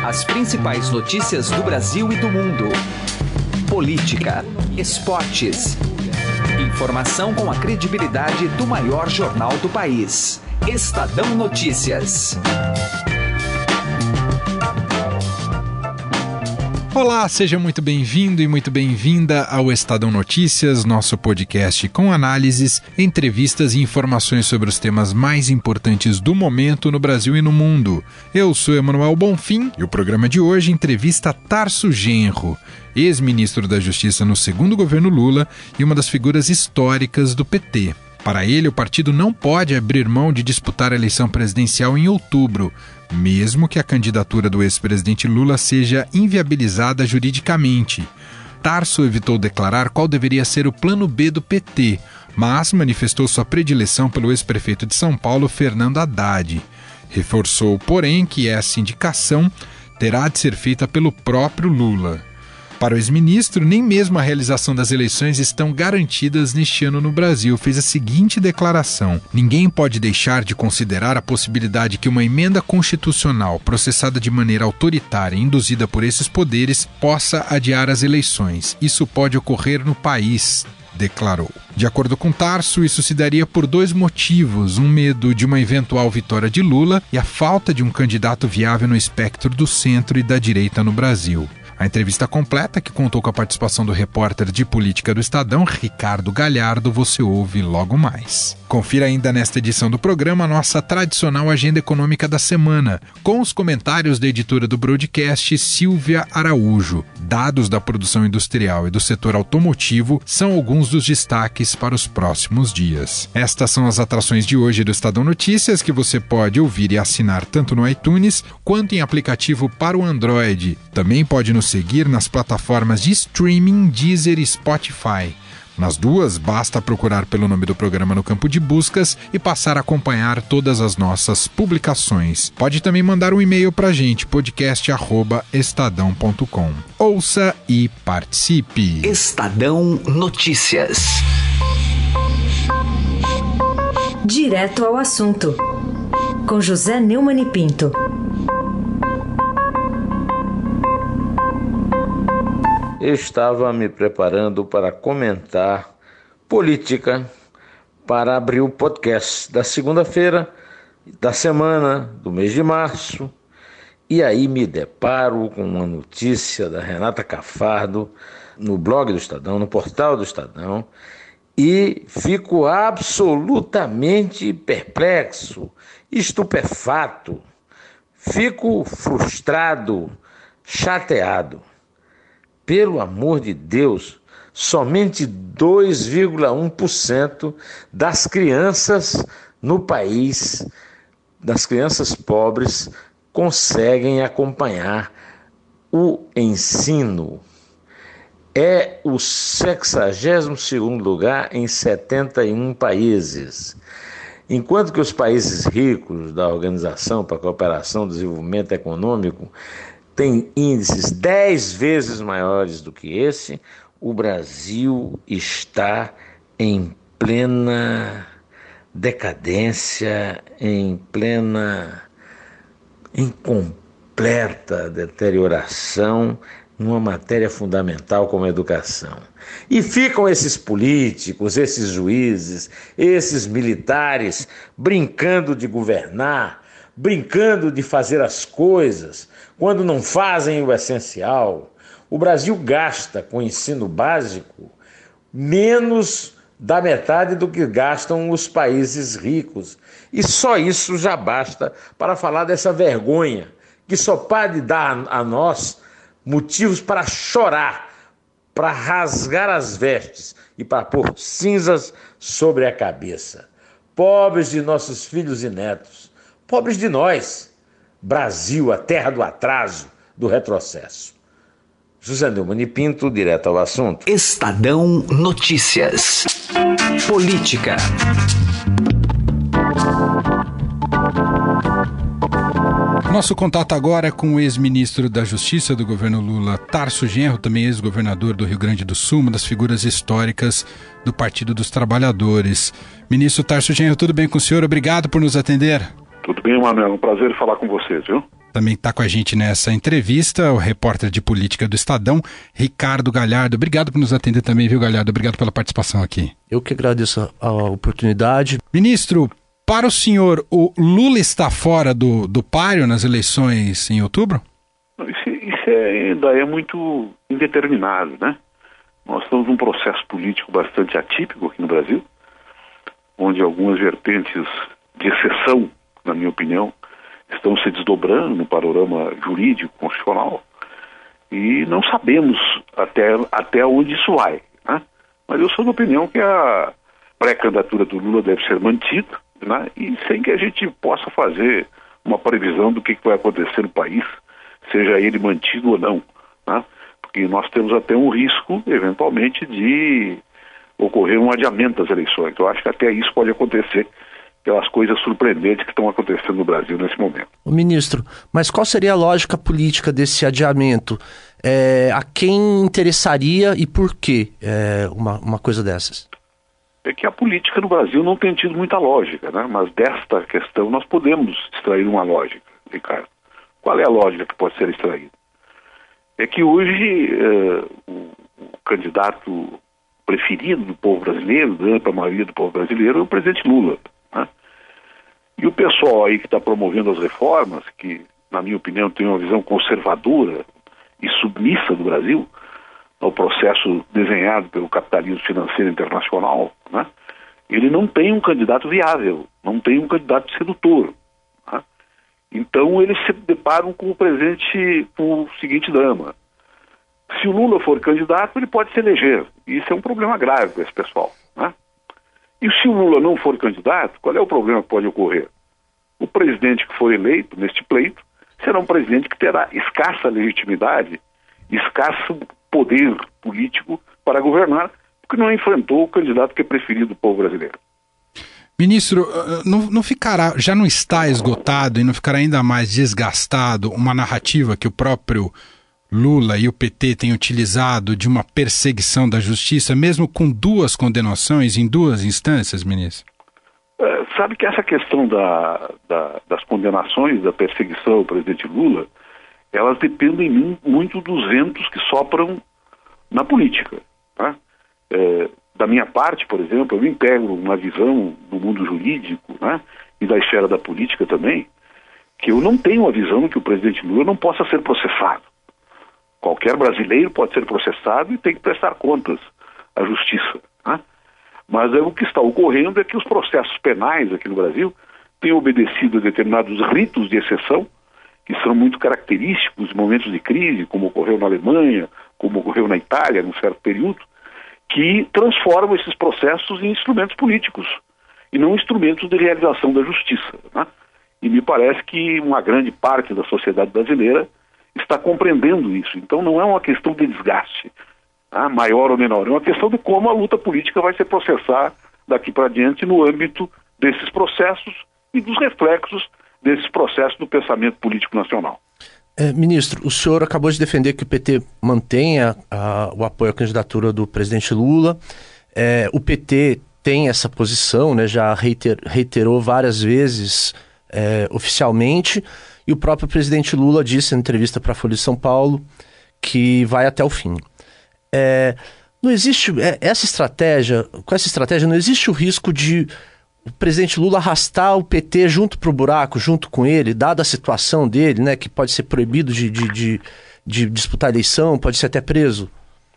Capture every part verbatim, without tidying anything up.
As principais notícias do Brasil e do mundo. Política, esportes. Informação com a credibilidade do maior jornal do país. Estadão Notícias. Olá, seja muito bem-vindo e muito bem-vinda ao Estadão Notícias, nosso podcast com análises, entrevistas e informações sobre os temas mais importantes do momento no Brasil e no mundo. Eu sou Emanuel Bonfim e o programa de hoje entrevista Tarso Genro, ex-ministro da Justiça no segundo governo Lula e uma das figuras históricas do P T. Para ele, o partido não pode abrir mão de disputar a eleição presidencial em outubro, mesmo que a candidatura do ex-presidente Lula seja inviabilizada juridicamente. Tarso evitou declarar qual deveria ser o plano B do P T, mas manifestou sua predileção pelo ex-prefeito de São Paulo, Fernando Haddad. Reforçou, porém, que essa indicação terá de ser feita pelo próprio Lula. Para o ex-ministro, nem mesmo a realização das eleições estão garantidas neste ano no Brasil. Fez a seguinte declaração: ninguém pode deixar de considerar a possibilidade que uma emenda constitucional processada de maneira autoritária e induzida por esses poderes possa adiar as eleições. Isso pode ocorrer no país, declarou. De acordo com Tarso, isso se daria por dois motivos: um medo de uma eventual vitória de Lula e a falta de um candidato viável no espectro do centro e da direita no Brasil. A entrevista completa, que contou com a participação do repórter de política do Estadão, Ricardo Galhardo, você ouve logo mais. Confira ainda nesta edição do programa a nossa tradicional agenda econômica da semana, com os comentários da editora do Broadcast, Silvia Araújo. Dados da produção industrial e do setor automotivo são alguns dos destaques para os próximos dias. Estas são as atrações de hoje do Estadão Notícias, que você pode ouvir e assinar tanto no iTunes quanto em aplicativo para o Android. Também pode nos seguir nas plataformas de streaming Deezer e Spotify. Nas duas, basta procurar pelo nome do programa no campo de buscas e passar a acompanhar todas as nossas publicações. Pode também mandar um e-mail para a gente, podcast arroba estadão ponto com. Ouça e participe. Estadão Notícias. Direto ao assunto, com José Neumann e Pinto. Eu estava me preparando para comentar política para abrir o podcast da segunda-feira, da semana, do mês de março, e aí me deparo com uma notícia da Renata Cafardo no blog do Estadão, no portal do Estadão, e fico absolutamente perplexo, estupefato, fico frustrado, chateado. Pelo amor de Deus, somente dois vírgula um por cento das crianças no país, das crianças pobres, conseguem acompanhar o ensino. É o sexagésimo segundo lugar em setenta e um países. Enquanto que os países ricos da Organização para a Cooperação e Desenvolvimento Econômico tem índices dez vezes maiores do que esse, o Brasil está em plena decadência, em plena, em completa deterioração numa matéria fundamental como a educação. E ficam esses políticos, esses juízes, esses militares brincando de governar, brincando de fazer as coisas, quando não fazem o essencial. O Brasil gasta com o ensino básico menos da metade do que gastam os países ricos. E só isso já basta para falar dessa vergonha, que só pode dar a nós motivos para chorar, para rasgar as vestes e para pôr cinzas sobre a cabeça. Pobres de nossos filhos e netos, pobres de nós, Brasil, a terra do atraso, do retrocesso. José Neumann e Pinto, direto ao assunto. Estadão Notícias. Política. Nosso contato agora é com o ex-ministro da Justiça do governo Lula, Tarso Genro, também ex-governador do Rio Grande do Sul, uma das figuras históricas do Partido dos Trabalhadores. Ministro Tarso Genro, tudo bem com o senhor? Obrigado por nos atender. Tudo bem, Manuel. Um prazer falar com vocês, viu? Também está com a gente nessa entrevista o repórter de política do Estadão, Ricardo Galhardo. Obrigado por nos atender também, viu, Galhardo? Obrigado pela participação aqui. Eu que agradeço a oportunidade. Ministro, para o senhor, o Lula está fora do, do páreo nas eleições em outubro? Isso, isso é, ainda é muito indeterminado, né? Nós estamos num processo político bastante atípico aqui no Brasil, onde algumas vertentes de exceção, na minha opinião, estão se desdobrando no panorama jurídico, constitucional, e não sabemos até, até onde isso vai, né? Mas eu sou da opinião que a pré-candidatura do Lula deve ser mantida, né? E sem que a gente possa fazer uma previsão do que, que vai acontecer no país, seja ele mantido ou não, né? Porque nós temos até um risco, eventualmente, de ocorrer um adiamento das eleições. Eu acho que até isso pode acontecer, pelas coisas surpreendentes que estão acontecendo no Brasil nesse momento. O ministro, mas qual seria a lógica política desse adiamento? É, a quem interessaria e por quê é, uma, uma coisa dessas? É que a política no Brasil não tem tido muita lógica, né? Mas desta questão nós podemos extrair uma lógica, Ricardo. Qual é a lógica que pode ser extraída? É que hoje é, o, o candidato preferido do povo brasileiro, da ampla maioria do povo brasileiro, é o presidente Lula, né? E o pessoal aí que está promovendo as reformas, que, na minha opinião, tem uma visão conservadora e submissa do Brasil ao processo desenhado pelo capitalismo financeiro internacional, né? Ele não tem um candidato viável, não tem um candidato sedutor, né? Então eles se deparam com o presente, com o seguinte drama: se o Lula for candidato, ele pode se eleger. E isso é um problema grave para esse pessoal, né? E se o Lula não for candidato, qual é o problema que pode ocorrer? O presidente que for eleito neste pleito será um presidente que terá escassa legitimidade, escasso poder político para governar, porque não enfrentou o candidato que é preferido do povo brasileiro. Ministro, não, não ficará, já não está esgotado e não ficará ainda mais desgastado uma narrativa que o próprio Lula e o P T têm utilizado de uma perseguição da justiça, mesmo com duas condenações em duas instâncias, ministro? É, sabe que essa questão da, da, das condenações, da perseguição ao presidente Lula, elas dependem muito dos ventos que sopram na política, tá? É, da minha parte, por exemplo, eu integro uma visão do mundo jurídico, né, e da esfera da política também, que eu não tenho a visão que o presidente Lula não possa ser processado. Qualquer brasileiro pode ser processado e tem que prestar contas à justiça, né? Mas é, o que está ocorrendo é que os processos penais aqui no Brasil têm obedecido a determinados ritos de exceção, que são muito característicos de momentos de crise, como ocorreu na Alemanha, como ocorreu na Itália, num certo período, que transformam esses processos em instrumentos políticos e não instrumentos de realização da justiça, né? E me parece que uma grande parte da sociedade brasileira está compreendendo isso. Então não é uma questão de desgaste, tá, maior ou menor, é uma questão de como a luta política vai se processar daqui para diante no âmbito desses processos e dos reflexos desses processos do pensamento político nacional. É, ministro, o senhor acabou de defender que o P T mantenha a, o apoio à candidatura do presidente Lula. É, o P T tem essa posição, né, já reiter, reiterou várias vezes é, oficialmente, e o próprio presidente Lula disse em entrevista para a Folha de São Paulo que vai até o fim. É, não existe é, essa estratégia, com essa estratégia não existe o risco de o presidente Lula arrastar o P T junto para o buraco, junto com ele, dada a situação dele, né, que pode ser proibido de, de, de, de disputar a eleição, pode ser até preso?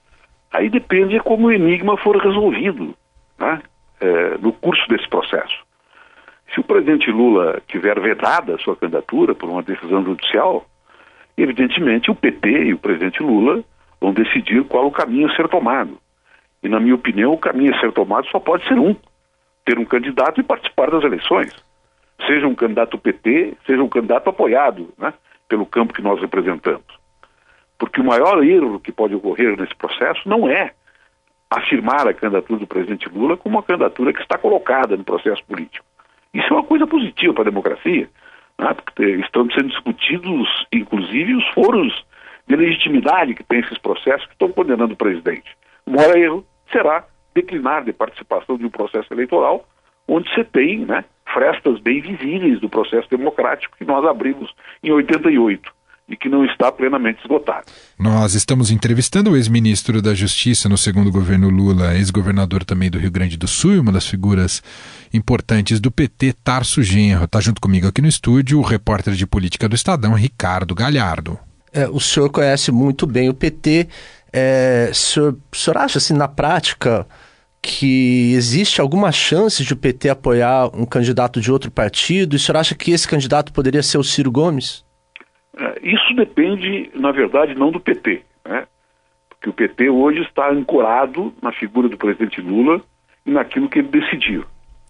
Aí depende de como o enigma for resolvido, né, é, no curso desse processo. Se o presidente Lula tiver vedada a sua candidatura por uma decisão judicial, evidentemente o P T e o presidente Lula vão decidir qual o caminho a ser tomado. E, na minha opinião, o caminho a ser tomado só pode ser um: ter um candidato e participar das eleições. Seja um candidato P T, seja um candidato apoiado, né, pelo campo que nós representamos. Porque o maior erro que pode ocorrer nesse processo não é afirmar a candidatura do presidente Lula como uma candidatura que está colocada no processo político. Isso é uma coisa positiva para a democracia, né, porque estão sendo discutidos, inclusive, os foros de legitimidade que tem esses processos que estão condenando o presidente. O maior erro será declinar de participação de um processo eleitoral onde você tem, né, frestas bem visíveis do processo democrático que nós abrimos em oitenta e oito e que não está plenamente esgotado. Nós estamos entrevistando o ex-ministro da Justiça no segundo governo Lula, ex-governador também do Rio Grande do Sul, e uma das figuras importantes do P T, Tarso Genro. Está junto comigo aqui no estúdio o repórter de política do Estadão, Ricardo Galhardo. É, o senhor conhece muito bem o P T. É, o, senhor, o senhor acha, assim, na prática, que existe alguma chance de o P T apoiar um candidato de outro partido? E o senhor acha que esse candidato poderia ser o Ciro Gomes? Isso depende, na verdade, não do P T, né? Porque o P T hoje está ancorado na figura do presidente Lula e naquilo que ele decidiu.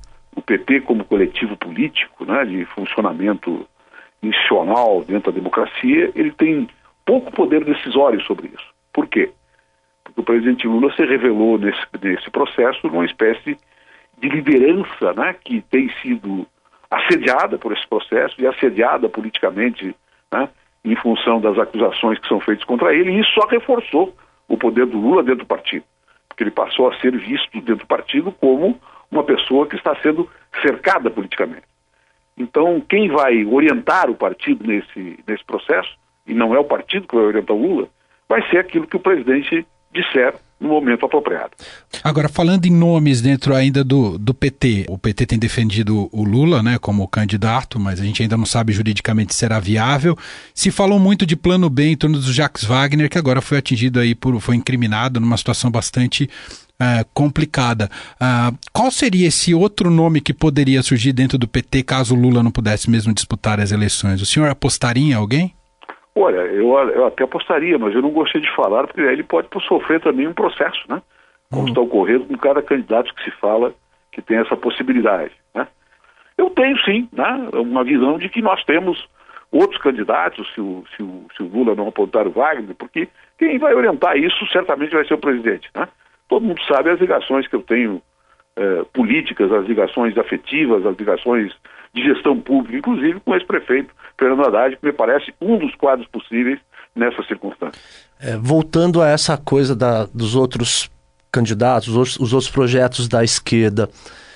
O P T, como coletivo político, né, de funcionamento institucional dentro da democracia, ele tem pouco poder decisório sobre isso. Por quê? Porque o presidente Lula se revelou nesse, nesse processo numa espécie de liderança, né, que tem sido assediada por esse processo e assediada politicamente, né, em função das acusações que são feitas contra ele, e isso só reforçou o poder do Lula dentro do partido, porque ele passou a ser visto dentro do partido como uma pessoa que está sendo cercada politicamente. Então, quem vai orientar o partido nesse, nesse processo, e não é o partido que vai orientar o Lula, vai ser aquilo que o presidente disser no momento apropriado. Agora, falando em nomes dentro ainda do, do P T, o P T tem defendido o Lula, né, como candidato, mas a gente ainda não sabe juridicamente se será viável. Se falou muito de plano B em torno do Jacques Wagner, que agora foi atingido aí por, foi incriminado numa situação bastante uh, complicada. Uh, qual seria esse outro nome que poderia surgir dentro do P T caso o Lula não pudesse mesmo disputar as eleições? O senhor apostaria em alguém? Olha, eu, eu até apostaria, mas eu não gostei de falar, porque aí ele pode sofrer também um processo, né? Como uhum. está ocorrendo com cada candidato que se fala que tem essa possibilidade, né? Eu tenho sim, né, uma visão de que nós temos outros candidatos, se o, se o, se o Lula não apontar o Wagner, porque quem vai orientar isso certamente vai ser o presidente, né? Todo mundo sabe as ligações que eu tenho eh, políticas, as ligações afetivas, as ligações de gestão pública, inclusive com esse prefeito Fernando Haddad, que me parece um dos quadros possíveis nessa circunstância. É, voltando a essa coisa da, dos outros candidatos, os outros, os outros projetos da esquerda,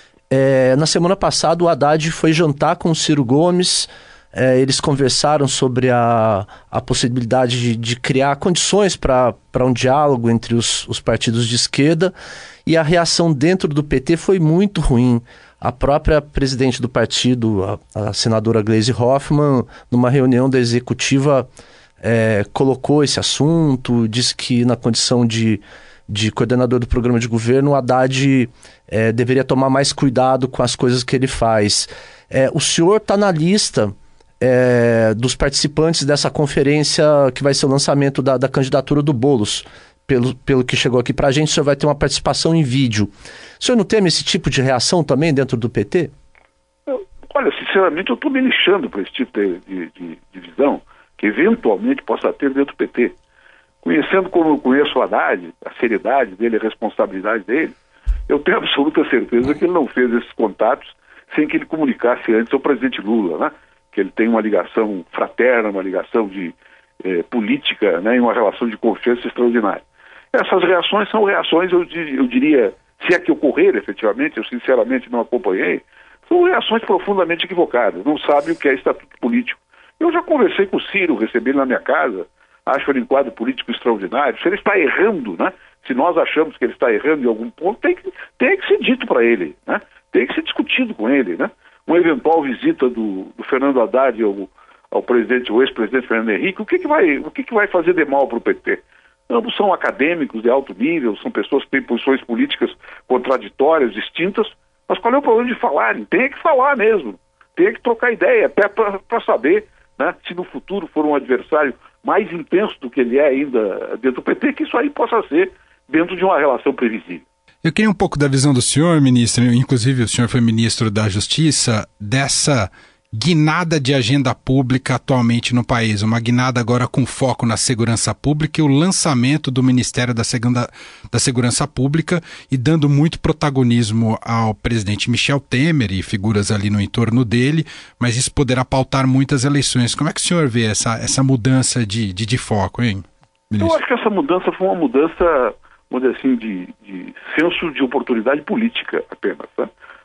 é, na semana passada o Haddad foi jantar com o Ciro Gomes, é, eles conversaram sobre a, a possibilidade de, de criar condições para um diálogo entre os, os partidos de esquerda, e a reação dentro do P T foi muito ruim. A própria presidente do partido, a, a senadora Gleisi Hoffmann, numa reunião da executiva, é, colocou esse assunto, disse que na condição de, de coordenador do programa de governo, o Haddad é, deveria tomar mais cuidado com as coisas que ele faz. É, o senhor está na lista é, dos participantes dessa conferência que vai ser o lançamento da, da candidatura do Boulos. Pelo, pelo que chegou aqui para a gente, o senhor vai ter uma participação em vídeo. O senhor não teme esse tipo de reação também dentro do P T? Eu, olha, sinceramente, eu estou me lixando para esse tipo de, de, de, de visão que eventualmente possa ter dentro do P T. Conhecendo como eu conheço o Haddad, a seriedade dele, a responsabilidade dele, eu tenho absoluta certeza que ele não fez esses contatos sem que ele comunicasse antes ao presidente Lula, né? Que ele tem uma ligação fraterna, uma ligação de eh, política, né? E uma relação de confiança extraordinária. Essas reações são reações, eu, eu diria, se é que ocorrer efetivamente, eu sinceramente não acompanhei, são reações profundamente equivocadas, não sabe o que é estatuto político. Eu já conversei com o Ciro, recebi ele na minha casa, acho ele um quadro político extraordinário. Se ele está errando, né? Se nós achamos que ele está errando em algum ponto, tem que, tem que ser dito para ele, né? Tem que ser discutido com ele, né? Uma eventual visita do, do Fernando Haddad ao, ao presidente, o ex-presidente Fernando Henrique, o que que vai, o que que vai fazer de mal para o P T? Ambos são acadêmicos de alto nível, são pessoas que têm posições políticas contraditórias, distintas, mas qual é o problema de falarem? Tem que falar mesmo, tem que trocar ideia, até para saber, né, se no futuro for um adversário mais intenso do que ele é ainda dentro do P T, que isso aí possa ser dentro de uma relação previsível. Eu queria um pouco da visão do senhor, ministro, inclusive o senhor foi ministro da Justiça, dessa guinada de agenda pública atualmente no país, uma guinada agora com foco na segurança pública e o lançamento do Ministério da, Segunda, da Segurança Pública e dando muito protagonismo ao presidente Michel Temer e figuras ali no entorno dele, mas isso poderá pautar muitas eleições. Como é que o senhor vê essa, essa mudança de, de, de foco, hein, ministro? Eu acho que essa mudança foi uma mudança, vamos dizer assim, de, de senso de oportunidade política apenas, tá?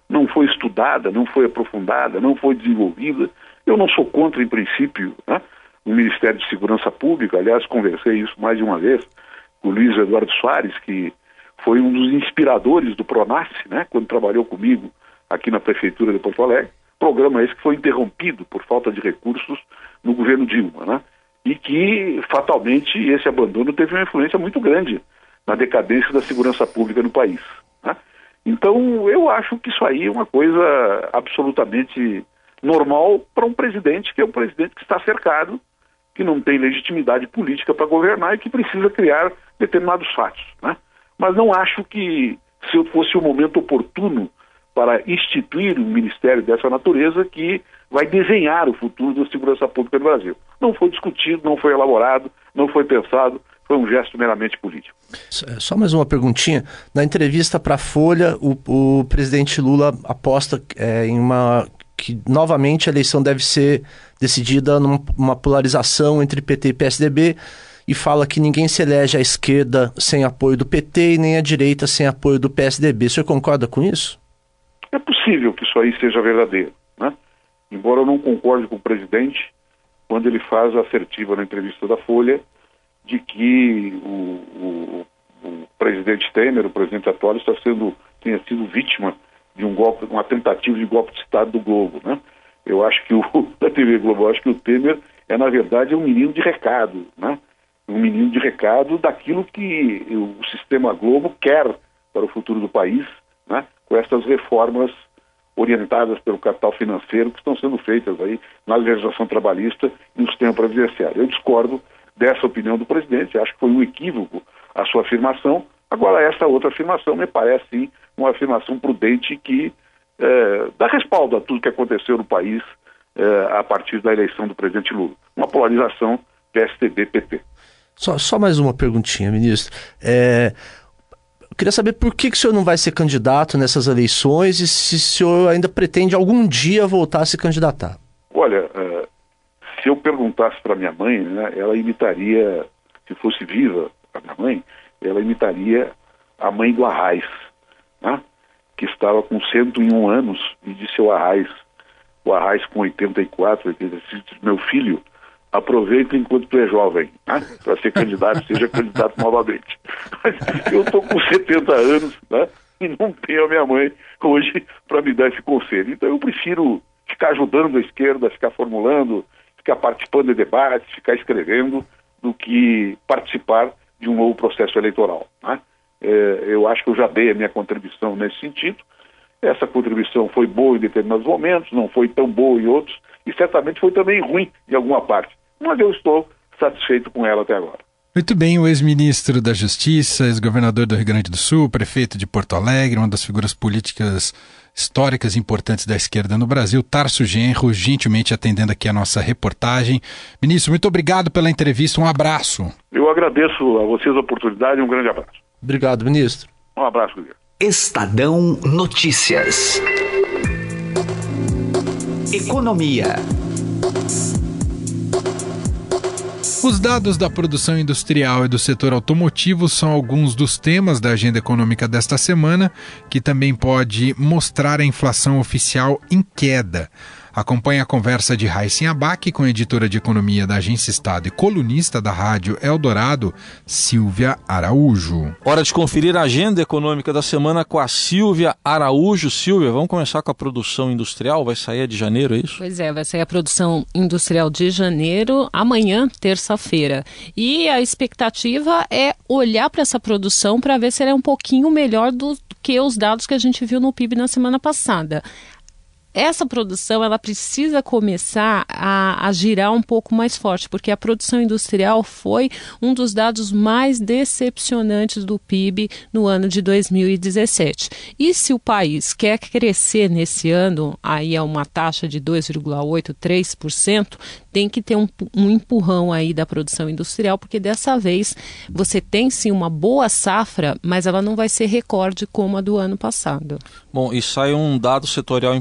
não foi estudada, não foi aprofundada, não foi desenvolvida. Eu não sou contra, em princípio, né, o Ministério de Segurança Pública. Aliás, conversei isso mais de uma vez com o Luiz Eduardo Soares, que foi um dos inspiradores do PRONASSE, né, quando trabalhou comigo aqui na Prefeitura de Porto Alegre. Programa esse que foi interrompido por falta de recursos no governo Dilma, né, e que, fatalmente, esse abandono teve uma influência muito grande na decadência da segurança pública no país, né? Então, eu acho que isso aí é uma coisa absolutamente normal para um presidente, que é um presidente que está cercado, que não tem legitimidade política para governar e que precisa criar determinados fatos, né? Mas não acho que, se fosse o momento oportuno para instituir um ministério dessa natureza que vai desenhar o futuro da segurança pública no Brasil. Não foi discutido, não foi elaborado, não foi pensado, foi um gesto meramente político. Só mais uma perguntinha. Na entrevista para a Folha, o, o presidente Lula aposta é, em uma... que novamente a eleição deve ser decidida numa polarização entre P T e P S D B, e fala que ninguém se elege à esquerda sem apoio do P T e nem à direita sem apoio do P S D B. O senhor concorda com isso? É possível que isso aí seja verdadeiro, né? Embora eu não concorde com o presidente quando ele faz a assertiva na entrevista da Folha de que o, o, o presidente Temer, o presidente atual, está sendo, tenha sido vítima de um golpe, uma tentativa de golpe de Estado do Globo, né? Eu acho que o da T V Globo, eu acho que o Temer é, na verdade, um menino de recado, né? Um menino de recado daquilo que o sistema Globo quer para o futuro do país, né? Com essas reformas orientadas pelo capital financeiro que estão sendo feitas aí na legislação trabalhista e no sistema previdenciário. Eu discordo dessa opinião do presidente, acho que foi um equívoco a sua afirmação. Agora, essa outra afirmação me parece, sim, uma afirmação prudente que é, dá respaldo a tudo que aconteceu no país é, a partir da eleição do presidente Lula. Uma polarização P S D B P T. Só, só mais uma perguntinha, ministro. É, eu queria saber por que, que o senhor não vai ser candidato nessas eleições e se o senhor ainda pretende algum dia voltar a se candidatar. Olha, é, se eu perguntasse para minha mãe, né, ela imitaria, se fosse viva a minha mãe, ela imitaria a mãe do Arraiz, né, que estava com cento e um anos e disse ao Arraiz, o Arraiz com oitenta e quatro, oitenta e cinco, meu filho, aproveita enquanto tu é jovem, né, para ser candidato, seja candidato novamente. Mas eu estou com setenta anos, né, e não tenho a minha mãe hoje para me dar esse conselho. Então eu prefiro ficar ajudando a esquerda, ficar formulando, ficar participando de debates, ficar escrevendo, do que participar de um novo processo eleitoral, né? É, eu acho que eu já dei a minha contribuição nesse sentido. Essa contribuição foi boa em determinados momentos, não foi tão boa em outros, e certamente foi também ruim em alguma parte. Mas eu estou satisfeito com ela até agora. Muito bem, o ex-ministro da Justiça, ex-governador do Rio Grande do Sul, prefeito de Porto Alegre, uma das figuras políticas históricas importantes da esquerda no Brasil, Tarso Genro, gentilmente atendendo aqui a nossa reportagem. Ministro, muito obrigado pela entrevista, um abraço. Eu agradeço a vocês a oportunidade e um grande abraço. Obrigado, ministro. Um abraço, Guilherme. Estadão Notícias. Economia. Os dados da produção industrial e do setor automotivo são alguns dos temas da agenda econômica desta semana, que também pode mostrar a inflação oficial em queda. Acompanhe a conversa de Raíssen Abac com a editora de economia da Agência Estado e colunista da Rádio Eldorado, Silvia Araújo. Hora de conferir a agenda econômica da semana com a Silvia Araújo. Silvia, vamos começar com a produção industrial, vai sair de janeiro, é isso? Pois é, vai sair a produção industrial de janeiro, amanhã, terça-feira. E a expectativa é olhar para essa produção para ver se ela é um pouquinho melhor do que os dados que a gente viu no P I B na semana passada. Essa produção ela precisa começar a, a girar um pouco mais forte, porque a produção industrial foi um dos dados mais decepcionantes do P I B no ano de dois mil e dezessete. E se o país quer crescer nesse ano, aí é uma taxa de dois vírgula oito, três por cento, tem que ter um, um empurrão aí da produção industrial, porque dessa vez você tem sim uma boa safra, mas ela não vai ser recorde como a do ano passado. Bom, e sai um dado setorial importante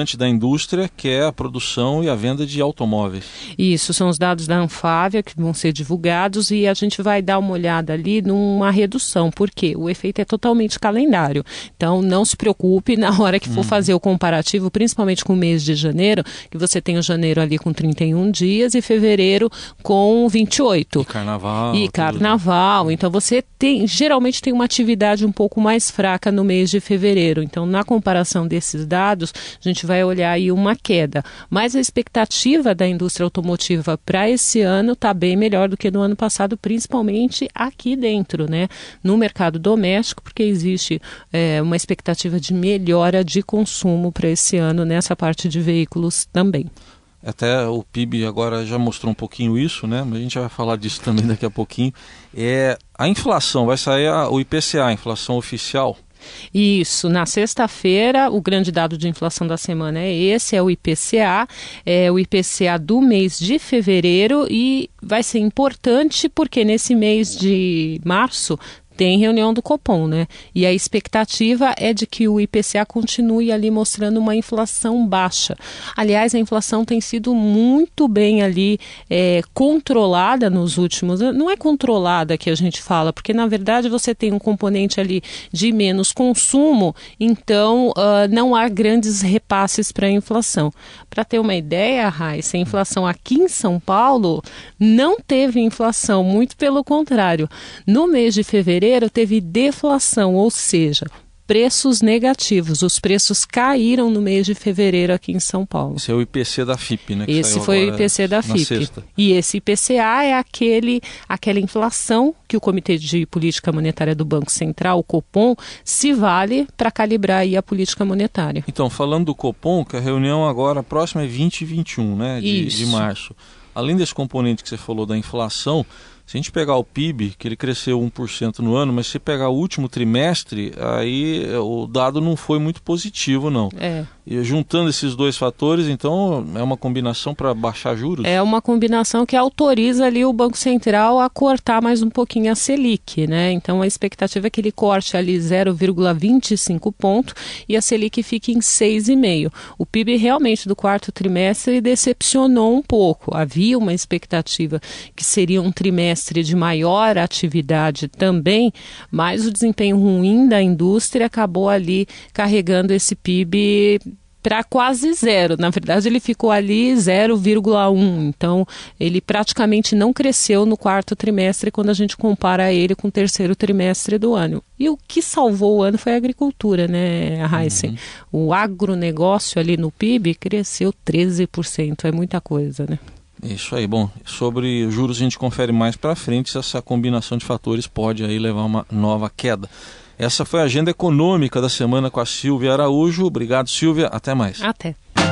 importante da indústria, que é a produção e a venda de automóveis. Isso, são os dados da Anfávia que vão ser divulgados e a gente vai dar uma olhada ali numa redução, porque o efeito é totalmente calendário. Então, não se preocupe na hora que for uhum. fazer o comparativo, principalmente com o mês de janeiro, que você tem o janeiro ali com trinta e um dias e fevereiro com vinte e oito. E carnaval. E carnaval. Tudo. Então, você tem, geralmente tem uma atividade um pouco mais fraca no mês de fevereiro. Então, na comparação desses dados, a gente vai olhar aí uma queda. Mas a expectativa da indústria automotiva para esse ano está bem melhor do que no ano passado, principalmente aqui dentro, né? No mercado doméstico, porque existe é, uma expectativa de melhora de consumo para esse ano nessa parte de veículos também. Até o P I B agora já mostrou um pouquinho isso, né? Mas a gente vai falar disso também daqui a pouquinho. É, a inflação, vai sair a, o I P C A, a inflação oficial. Isso, na sexta-feira, o grande dado de inflação da semana é esse, é o I P C A, é o I P C A do mês de fevereiro e vai ser importante porque nesse mês de março tem reunião do Copom, né? E a expectativa é de que o I P C A continue ali mostrando uma inflação baixa. Aliás, a inflação tem sido muito bem ali é, controlada nos últimos anos. Não é controlada que a gente fala, porque na verdade você tem um componente ali de menos consumo, então uh, não há grandes repasses para a inflação. Para ter uma ideia, Raíssa, a inflação aqui em São Paulo não teve inflação, muito pelo contrário. No mês de fevereiro, teve deflação, ou seja, preços negativos. Os preços caíram no mês de fevereiro aqui em São Paulo. Esse é o I P C da F I P, né? Esse foi o I P C da F I P. E esse I P C A é aquele, aquela inflação que o Comitê de Política Monetária do Banco Central, o Copom, se vale para calibrar aí a política monetária. Então, falando do Copom, que a reunião agora próxima é vinte e vinte e um, né, de, de março. Além desse componente que você falou da inflação, se a gente pegar o P I B, que ele cresceu um por cento no ano, mas se pegar o último trimestre, aí o dado não foi muito positivo, não. É. E juntando esses dois fatores, então, é uma combinação para baixar juros? É uma combinação que autoriza ali o Banco Central a cortar mais um pouquinho a Selic, né? Então, a expectativa é que ele corte ali zero vírgula vinte e cinco ponto e a Selic fique em seis vírgula cinco. O P I B realmente do quarto trimestre decepcionou um pouco. Havia uma expectativa que seria um trimestre de maior atividade também, mas o desempenho ruim da indústria acabou ali carregando esse P I B para quase zero. Na verdade, ele ficou ali zero vírgula um. Então, ele praticamente não cresceu no quarto trimestre quando a gente compara ele com o terceiro trimestre do ano. E o que salvou o ano foi a agricultura, né, Heisen? Uhum. O agronegócio ali no P I B cresceu treze por cento. É muita coisa, né? Isso aí. Bom, sobre juros a gente confere mais para frente se essa combinação de fatores pode aí levar a uma nova queda. Essa foi a agenda econômica da semana com a Silvia Araújo. Obrigado, Silvia. Até mais. Até.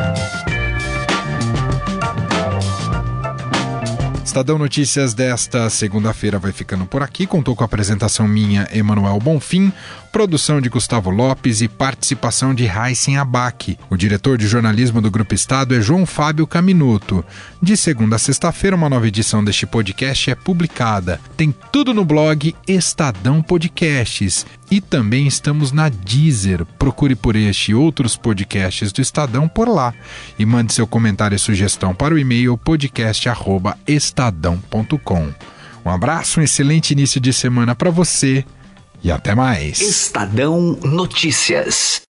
Estadão Notícias desta segunda-feira vai ficando por aqui. Contou com a apresentação minha, Emanuel Bonfim, produção de Gustavo Lopes e participação de Raíssen Abac. O diretor de jornalismo do Grupo Estado é João Fábio Caminuto. De segunda a sexta-feira, uma nova edição deste podcast é publicada. Tem tudo no blog Estadão Podcasts. E também estamos na Deezer. Procure por este e outros podcasts do Estadão por lá. E mande seu comentário e sugestão para o e-mail podcast arroba estadão ponto com. Um abraço, um excelente início de semana para você e até mais. Estadão Notícias.